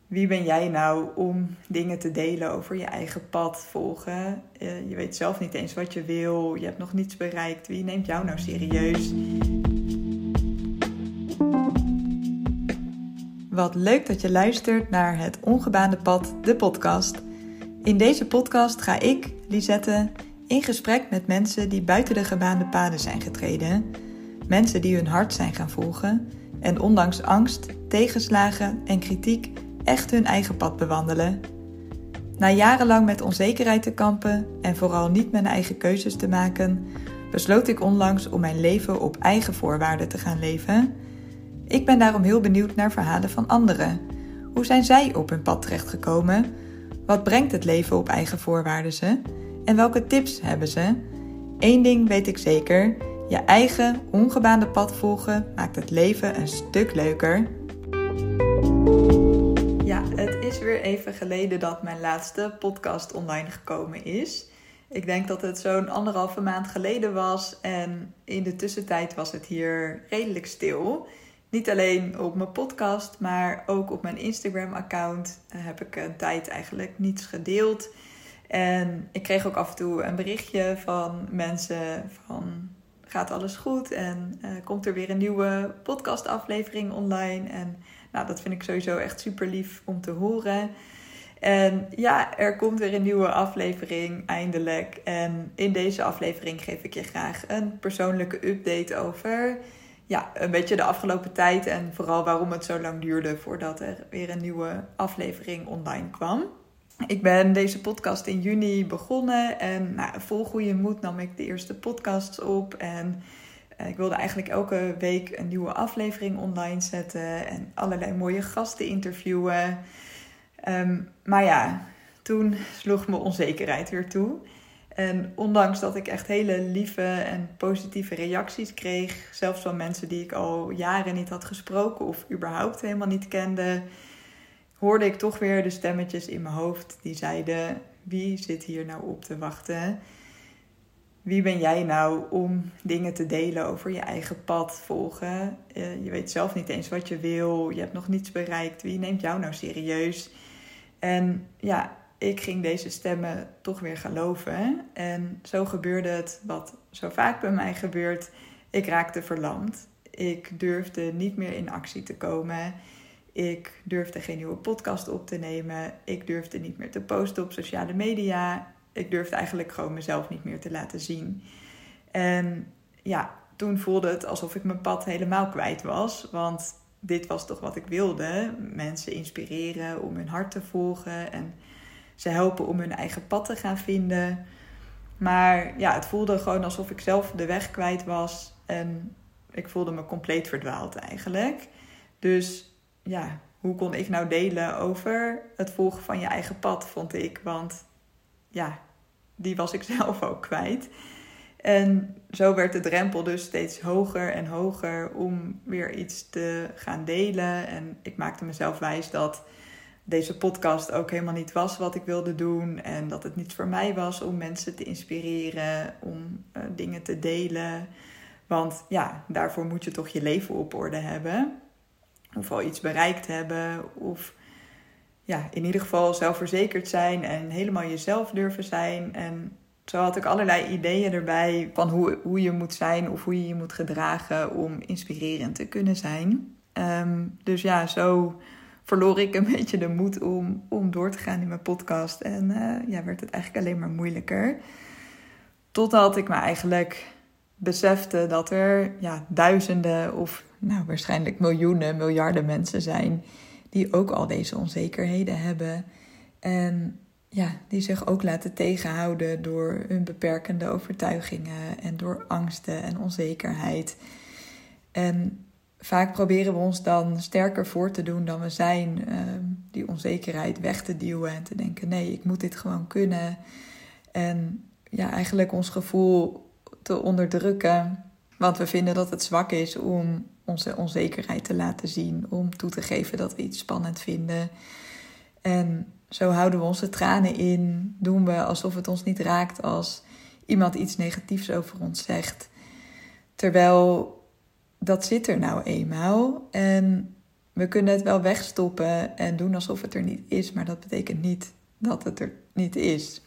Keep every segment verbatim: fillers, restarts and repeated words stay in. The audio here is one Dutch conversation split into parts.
Wie ben jij nou om dingen te delen over je eigen pad volgen? Uh, je weet zelf niet eens wat je wil. Je hebt nog niets bereikt. Wie neemt jou nou serieus? Wat leuk dat je luistert naar Het Ongebaande Pad, de podcast. In deze podcast ga ik, Lisette, in gesprek met mensen die buiten de gebaande paden zijn getreden. Mensen die hun hart zijn gaan volgen en ondanks angst, tegenslagen en kritiek echt hun eigen pad bewandelen. Na jarenlang met onzekerheid te kampen en vooral niet mijn eigen keuzes te maken, besloot ik onlangs om mijn leven op eigen voorwaarden te gaan leven. Ik ben daarom heel benieuwd naar verhalen van anderen. Hoe zijn zij op hun pad terechtgekomen? Wat brengt het leven op eigen voorwaarden ze? En welke tips hebben ze? Eén ding weet ik zeker: je eigen ongebaande pad volgen maakt het leven een stuk leuker. Ja, het is weer even geleden dat mijn laatste podcast online gekomen is. Ik denk dat het zo'n anderhalve maand geleden was en in de tussentijd was het hier redelijk stil. Niet alleen op mijn podcast, maar ook op mijn Instagram-account heb ik een tijd eigenlijk niets gedeeld. En ik kreeg ook af en toe een berichtje van mensen van: gaat alles goed? En uh, komt er weer een nieuwe podcastaflevering online? En nou, dat vind ik sowieso echt super lief om te horen. En ja, er komt weer een nieuwe aflevering, eindelijk. En in deze aflevering geef ik je graag een persoonlijke update over ja, een beetje de afgelopen tijd. En vooral waarom het zo lang duurde voordat er weer een nieuwe aflevering online kwam. Ik ben deze podcast in juni begonnen en nou, vol goede moed nam ik de eerste podcasts op. En uh, ik wilde eigenlijk elke week een nieuwe aflevering online zetten en allerlei mooie gasten interviewen. Um, maar ja, toen sloeg mijn onzekerheid weer toe. En ondanks dat ik echt hele lieve en positieve reacties kreeg, zelfs van mensen die ik al jaren niet had gesproken of überhaupt helemaal niet kende, hoorde ik toch weer de stemmetjes in mijn hoofd die zeiden: wie zit hier nou op te wachten? Wie ben jij nou om dingen te delen over je eigen pad volgen? Uh, je weet zelf niet eens wat je wil. Je hebt nog niets bereikt. Wie neemt jou nou serieus? En ja, ik ging deze stemmen toch weer geloven. En zo gebeurde het wat zo vaak bij mij gebeurt. Ik raakte verlamd. Ik durfde niet meer in actie te komen. Ik durfde geen nieuwe podcast op te nemen. Ik durfde niet meer te posten op sociale media. Ik durfde eigenlijk gewoon mezelf niet meer te laten zien. En ja, toen voelde het alsof ik mijn pad helemaal kwijt was. Want dit was toch wat ik wilde. Mensen inspireren om hun hart te volgen. En ze helpen om hun eigen pad te gaan vinden. Maar ja, het voelde gewoon alsof ik zelf de weg kwijt was. En ik voelde me compleet verdwaald eigenlijk. Dus ja, hoe kon ik nou delen over het volgen van je eigen pad, vond ik. Want ja, die was ik zelf ook kwijt. En zo werd de drempel dus steeds hoger en hoger om weer iets te gaan delen. En ik maakte mezelf wijs dat deze podcast ook helemaal niet was wat ik wilde doen. En dat het niet voor mij was om mensen te inspireren, om uh, dingen te delen. Want ja, daarvoor moet je toch je leven op orde hebben. Of al iets bereikt hebben. Of ja, in ieder geval zelfverzekerd zijn en helemaal jezelf durven zijn. En zo had ik allerlei ideeën erbij van hoe, hoe je moet zijn of hoe je je moet gedragen om inspirerend te kunnen zijn. Um, dus ja, zo verloor ik een beetje de moed om, om door te gaan in mijn podcast. En uh, ja, werd het eigenlijk alleen maar moeilijker. Totdat ik me eigenlijk besefte dat er ja, duizenden of nou, waarschijnlijk miljoenen, miljarden mensen zijn die ook al deze onzekerheden hebben. En ja, die zich ook laten tegenhouden door hun beperkende overtuigingen en door angsten en onzekerheid. En vaak proberen we ons dan sterker voor te doen dan we zijn, um, die onzekerheid weg te duwen en te denken: nee, ik moet dit gewoon kunnen. En ja, eigenlijk ons gevoel te onderdrukken, want we vinden dat het zwak is om onze onzekerheid te laten zien, om toe te geven dat we iets spannend vinden. En zo houden we onze tranen in, doen we alsof het ons niet raakt als iemand iets negatiefs over ons zegt. Terwijl dat zit er nou eenmaal. En we kunnen het wel wegstoppen en doen alsof het er niet is, maar dat betekent niet dat het er niet is.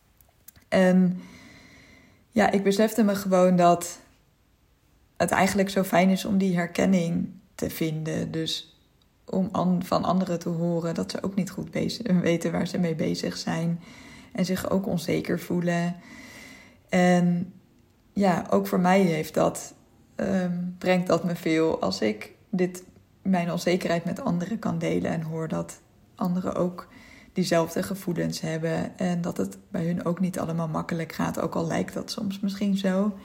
En ja, ik besefte me gewoon dat het eigenlijk zo fijn is om die herkenning te vinden. Dus om an, van anderen te horen dat ze ook niet goed bezig, weten waar ze mee bezig zijn. En zich ook onzeker voelen. En ja, ook voor mij heeft dat, um, brengt dat me veel. Als ik dit, mijn onzekerheid met anderen kan delen en hoor dat anderen ook diezelfde gevoelens hebben. En dat het bij hun ook niet allemaal makkelijk gaat. Ook al lijkt dat soms misschien zo.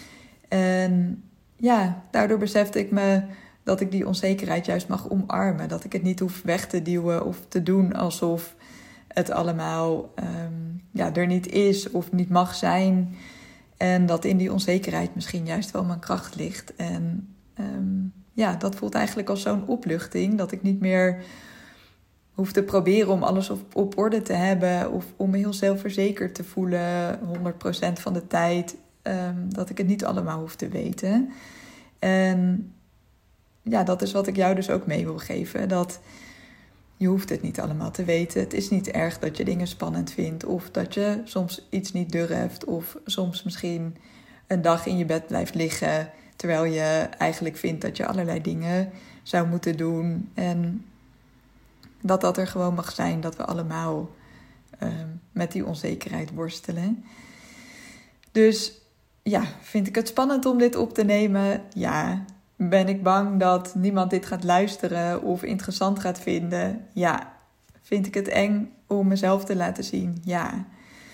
En ja, daardoor besefte ik me dat ik die onzekerheid juist mag omarmen. Dat ik het niet hoef weg te duwen of te doen alsof het allemaal um, ja, er niet is of niet mag zijn. En dat in die onzekerheid misschien juist wel mijn kracht ligt. En um, ja, dat voelt eigenlijk als zo'n opluchting. Dat ik niet meer hoef te proberen om alles op, op orde te hebben. Of om me heel zelfverzekerd te voelen, honderd procent van de tijd. Um, dat ik het niet allemaal hoef te weten. En ja, dat is wat ik jou dus ook mee wil geven. Dat je hoeft het niet allemaal te weten. Het is niet erg dat je dingen spannend vindt. Of dat je soms iets niet durft. Of soms misschien een dag in je bed blijft liggen. Terwijl je eigenlijk vindt dat je allerlei dingen zou moeten doen. En dat dat er gewoon mag zijn. Dat we allemaal uh, met die onzekerheid worstelen. Dus ja, vind ik het spannend om dit op te nemen? Ja. Ben ik bang dat niemand dit gaat luisteren of interessant gaat vinden? Ja. Vind ik het eng om mezelf te laten zien? Ja.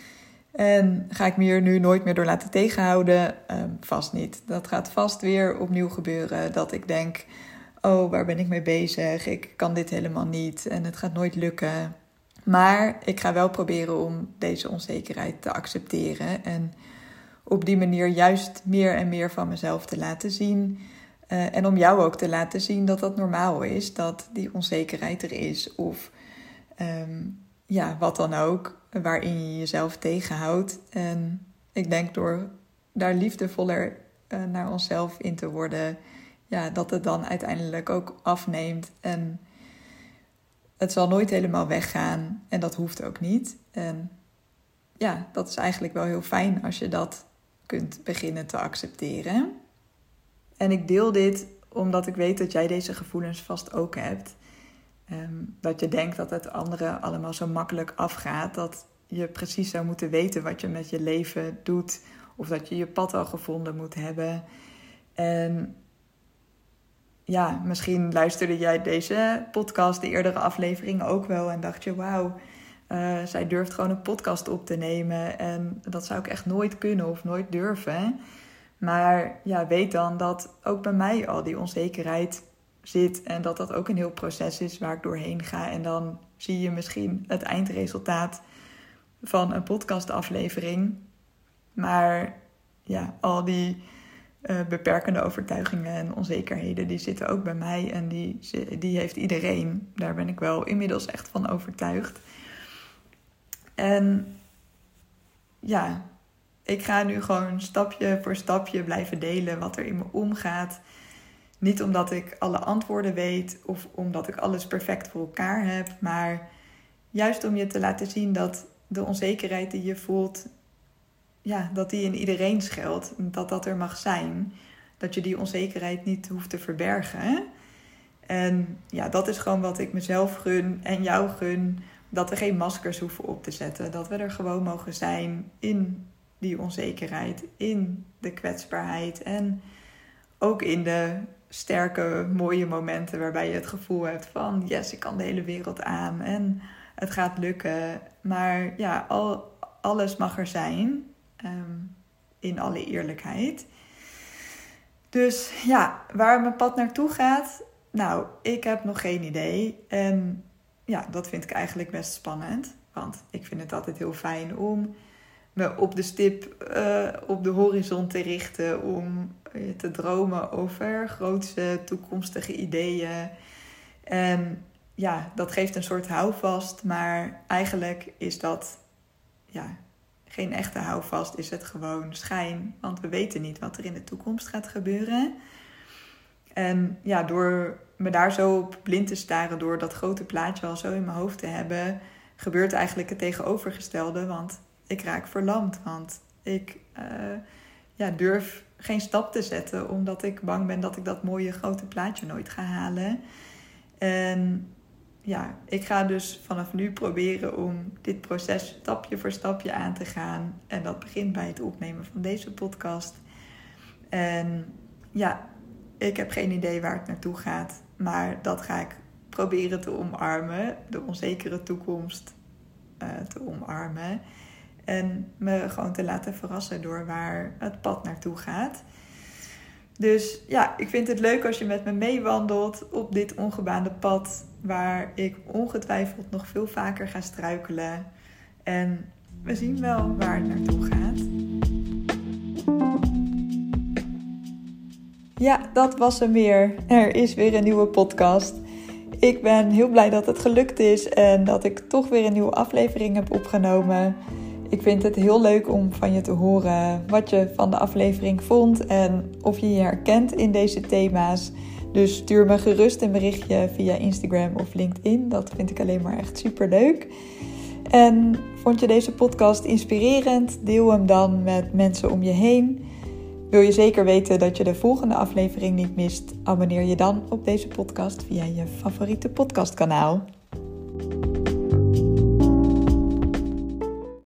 En ga ik me hier nu nooit meer door laten tegenhouden? Um, vast niet. Dat gaat vast weer opnieuw gebeuren. Dat ik denk, oh, waar ben ik mee bezig? Ik kan dit helemaal niet en het gaat nooit lukken. Maar ik ga wel proberen om deze onzekerheid te accepteren. En op die manier juist meer en meer van mezelf te laten zien. Uh, en om jou ook te laten zien dat dat normaal is. Dat die onzekerheid er is. Of um, ja, wat dan ook. Waarin je jezelf tegenhoudt. En ik denk door daar liefdevoller uh, naar onszelf in te worden. Ja, dat het dan uiteindelijk ook afneemt. En het zal nooit helemaal weggaan. En dat hoeft ook niet. En ja, dat is eigenlijk wel heel fijn als je dat kunt beginnen te accepteren. En ik deel dit omdat ik weet dat jij deze gevoelens vast ook hebt. Um, dat je denkt dat het anderen allemaal zo makkelijk afgaat. Dat je precies zou moeten weten wat je met je leven doet. Of dat je je pad al gevonden moet hebben. En ja, misschien luisterde jij deze podcast, de eerdere aflevering ook wel. En dacht je, wauw, uh, zij durft gewoon een podcast op te nemen. En dat zou ik echt nooit kunnen of nooit durven. Maar ja, weet dan dat ook bij mij al die onzekerheid zit. En dat dat ook een heel proces is waar ik doorheen ga. En dan zie je misschien het eindresultaat van een podcastaflevering. Maar ja, al die uh, beperkende overtuigingen en onzekerheden, die zitten ook bij mij. En die, die heeft iedereen. Daar ben ik wel inmiddels echt van overtuigd. En ja, ik ga nu gewoon stapje voor stapje blijven delen wat er in me omgaat. Niet omdat ik alle antwoorden weet of omdat ik alles perfect voor elkaar heb. Maar juist om je te laten zien dat de onzekerheid die je voelt, ja, dat die in iedereen schuilt. Dat dat er mag zijn. Dat je die onzekerheid niet hoeft te verbergen. En ja, dat is gewoon wat ik mezelf gun en jou gun. Dat we geen maskers hoeven op te zetten. Dat we er gewoon mogen zijn in die onzekerheid, in de kwetsbaarheid en ook in de sterke, mooie momenten waarbij je het gevoel hebt van yes, ik kan de hele wereld aan en het gaat lukken. Maar ja, al, alles mag er zijn, um, in alle eerlijkheid. Dus ja, waar mijn pad naartoe gaat, nou, ik heb nog geen idee. En ja, dat vind ik eigenlijk best spannend, want ik vind het altijd heel fijn om me op de stip, uh, op de horizon te richten, om uh, te dromen over grootse toekomstige ideeën. En ja, dat geeft een soort houvast, maar eigenlijk is dat ja, geen echte houvast, is het gewoon schijn. Want we weten niet wat er in de toekomst gaat gebeuren. En ja, door me daar zo op blind te staren, door dat grote plaatje al zo in mijn hoofd te hebben, gebeurt eigenlijk het tegenovergestelde. Want ik raak verlamd, want ik uh, ja, durf geen stap te zetten, omdat ik bang ben dat ik dat mooie grote plaatje nooit ga halen. En ja, ik ga dus vanaf nu proberen om dit proces stapje voor stapje aan te gaan. En dat begint bij het opnemen van deze podcast. En ja, ik heb geen idee waar het naartoe gaat. Maar dat ga ik proberen te omarmen. De onzekere toekomst uh, te omarmen. En me gewoon te laten verrassen door waar het pad naartoe gaat. Dus ja, ik vind het leuk als je met me meewandelt op dit ongebaande pad, waar ik ongetwijfeld nog veel vaker ga struikelen. En we zien wel waar het naartoe gaat. Ja, dat was hem weer. Er is weer een nieuwe podcast. Ik ben heel blij dat het gelukt is en dat ik toch weer een nieuwe aflevering heb opgenomen. Ik vind het heel leuk om van je te horen wat je van de aflevering vond en of je je herkent in deze thema's. Dus stuur me gerust een berichtje via Instagram of LinkedIn. Dat vind ik alleen maar echt super leuk. En vond je deze podcast inspirerend? Deel hem dan met mensen om je heen. Wil je zeker weten dat je de volgende aflevering niet mist? Abonneer je dan op deze podcast via je favoriete podcastkanaal.